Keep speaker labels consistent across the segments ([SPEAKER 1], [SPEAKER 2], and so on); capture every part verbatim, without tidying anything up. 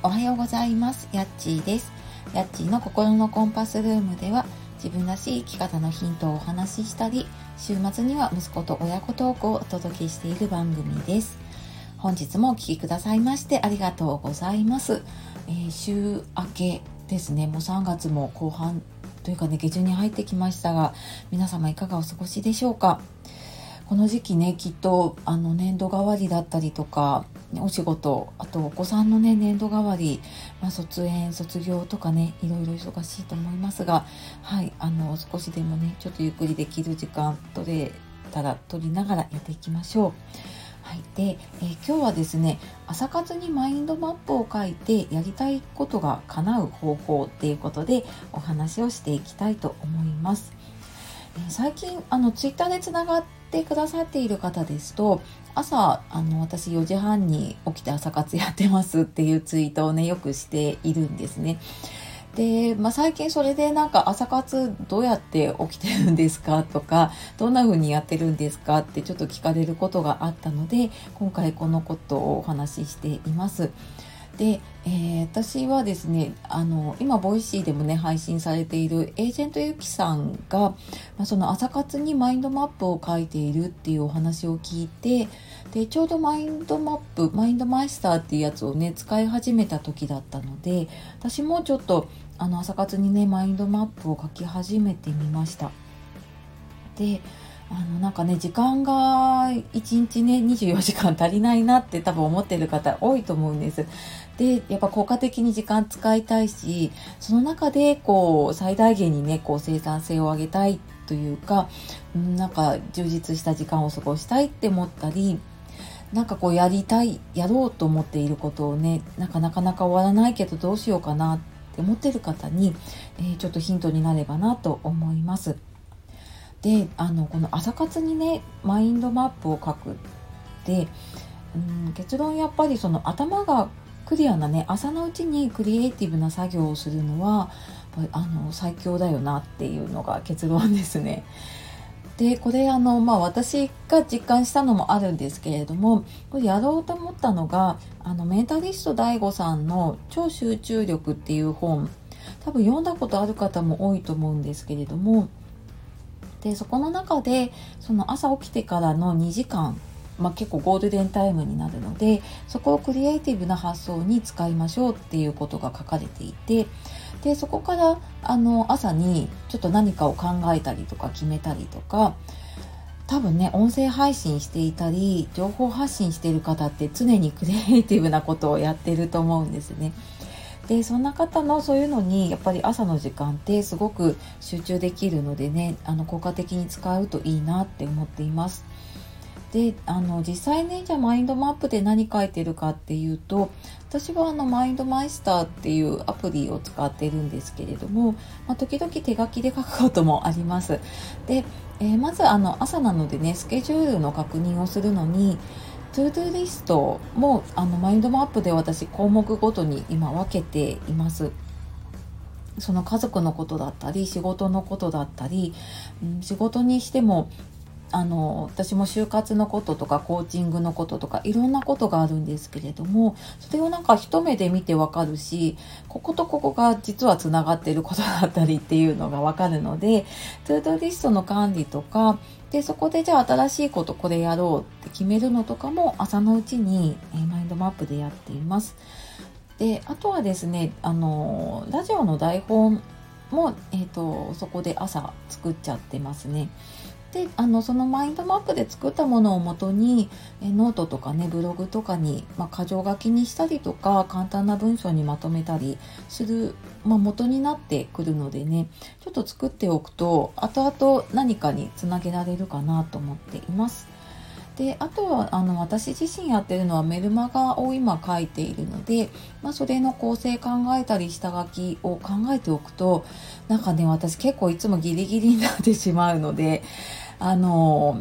[SPEAKER 1] おはようございます。やっちーです。やっちーの心のコンパスルームでは、自分らしい生き方のヒントをお話ししたり、週末には息子と親子トークをお届けしている番組です。本日もお聞きくださいましてありがとうございます。えー、週明けですね。もうさんがつも後半というかね、下旬に入ってきましたが、皆様いかがお過ごしでしょうか。この時期ね、きっとあの年度替わりだったりとか、お仕事、あとお子さんのね年度替わり、まあ、卒園卒業とかね、いろいろ忙しいと思いますが、はい、あの少しでもねちょっとゆっくりできる時間取れたら取りながらやっていきましょう。はい、で、えー、今日はですね、朝活にマインドマップを書いてやりたいことが叶う方法っていうことでお話をしていきたいと思います。えー、最近あのツイッターでつながってくださっている方ですと、朝あの私よじはんに起きて朝活やってますっていうツイートをねよくしているんですね。で、まあ、最近それでなんか朝活どうやって起きてるんですかとか、どんな風にやってるんですかってちょっと聞かれることがあったので、今回このことをお話ししています。で、えー、私はですね、あの今ボイシーでもね配信されているエージェントゆきさんが、まあ、その朝活にマインドマップを書いているっていうお話を聞いて、でちょうどマインドマップマインドマイスターっていうやつをね使い始めた時だったので、私もちょっとあの朝活にねマインドマップを書き始めてみました。で、あのなんかね時間がいちにちねにじゅうよじかん足りないなって多分思ってる方多いと思うんです。で、やっぱ効果的に時間使いたいし、その中でこう最大限にねこう生産性を上げたいというか、なんか充実した時間を過ごしたいって思ったり、なんかこうやりたいやろうと思っていることをね、なんかなかなか終わらないけどどうしようかなって思ってる方に、えー、ちょっとヒントになればなと思います。で、あのこの朝活にねマインドマップを書くで、うん、結論やっぱりその頭がクリアなね朝のうちにクリエイティブな作業をするのはあの最強だよなっていうのが結論ですね。でこれあの、まあ、私が実感したのもあるんですけれども、これやろうと思ったのがあのメンタリスト ダイゴ さんの超集中力っていう本、多分読んだことある方も多いと思うんですけれども、でそこの中でその朝起きてからのにじかん、まあ、結構ゴールデンタイムになるので、そこをクリエイティブな発想に使いましょうっていうことが書かれていて、でそこからあの朝にちょっと何かを考えたりとか決めたりとか、多分ね音声配信していたり情報発信している方って常にクリエイティブなことをやってると思うんですね。でそんな方のそういうのにやっぱり朝の時間ってすごく集中できるのでね、あの効果的に使うといいなって思っています。であの実際ね、じゃあマインドマップで何書いてるかっていうと、私はあのマインドマイスターっていうアプリを使っているんですけれども、まあ、時々手書きで書くこともあります。で、えー、まずあの朝なのでねスケジュールの確認をするのにトゥードゥリストもあのマインドマップで私項目ごとに今分けています。その家族のことだったり仕事のことだったり、うん、仕事にしてもあの私も就活のこととかコーチングのこととかいろんなことがあるんですけれども、それをなんか一目で見てわかるし、こことここが実はつながっていることだったりっていうのがわかるので、トゥードゥリストの管理とかで、そこでじゃあ新しいことこれやろうって決めるのとかも朝のうちに、えー、マインドマップでやっています。であとはですね、あのラジオの台本も、えーと、そこで朝作っちゃってますね。であのそのマインドマップで作ったものをもとにえノートとかねブログとかに、まあ、箇条書きにしたりとか簡単な文章にまとめたりする、まあ、元になってくるのでね、ちょっと作っておくと後々何かにつなげられるかなと思っています。であとはあの私自身やってるのはメルマガを今書いているので、まあ、それの構成考えたり下書きを考えておくと、なんかね私結構いつもギリギリになってしまうので、あの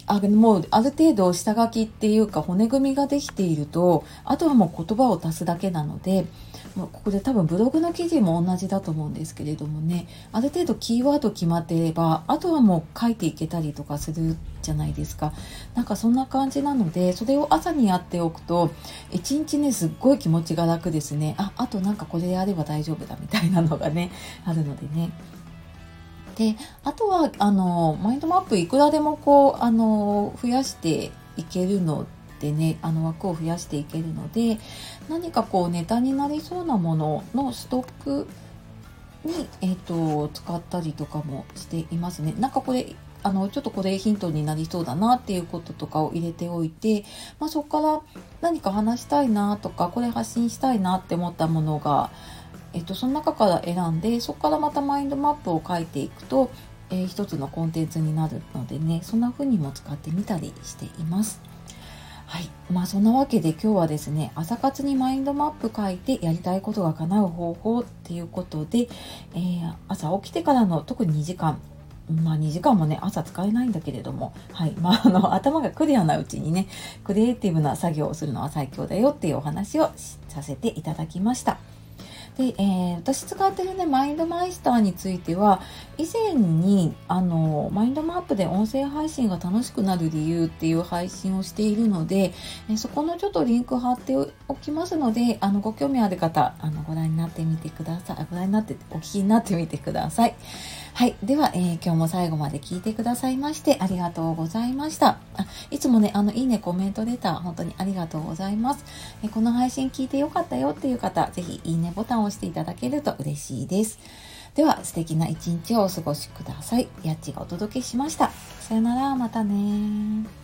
[SPEAKER 1] あもうある程度下書きっていうか骨組みができていると、あとはもう言葉を足すだけなので、もうここで多分ブログの記事も同じだと思うんですけれどもね、ある程度キーワード決まっていれば、あとはもう書いていけたりとかするじゃないですか。なんかそんな感じなので、それを朝にやっておくと一日ねすっごい気持ちが楽ですね。ああとなんかこれやれば大丈夫だみたいなのがねあるのでね。で、あとはあのマインドマップいくらでもこうあの増やしていけるのでね、あの枠を増やしていけるので、何かこうネタになりそうなもののストックに、えーと、使ったりとかもしていますね。なんかこれあのちょっとこれヒントになりそうだなっていうこととかを入れておいて、まあ、そこから何か話したいなとか、これ発信したいなって思ったものが、えっと、その中から選んで、そこからまたマインドマップを書いていくと、えー、一つのコンテンツになるのでね、そんな風にも使ってみたりしています。はい、まあそんなわけで今日はですね、朝活にマインドマップ書いてやりたいことが叶う方法っていうことで、えー、朝起きてからの特ににじかん、まあにじかんもね朝使えないんだけれども、はい、まああの頭がクリアなうちにね、クリエイティブな作業をするのは最強だよっていうお話をさせていただきました。で、えー、私使ってるねマインドマイスターについては、以前にあのマインドマップで音声配信が楽しくなる理由っていう配信をしているので、えー、そこのちょっとリンク貼っておきますので、あのご興味ある方あのご覧になってみてください。ご覧になってお聞きになってみてください。はい、では、えー、今日も最後まで聞いてくださいましてありがとうございました。あいつもねあのいいねコメントレター本当にありがとうございます。えー、この配信聞いてよかったよっていう方、ぜひいいねボタンを押していただけると嬉しいです。では素敵な一日をお過ごしください。やっちがお届けしました。さよなら、またね。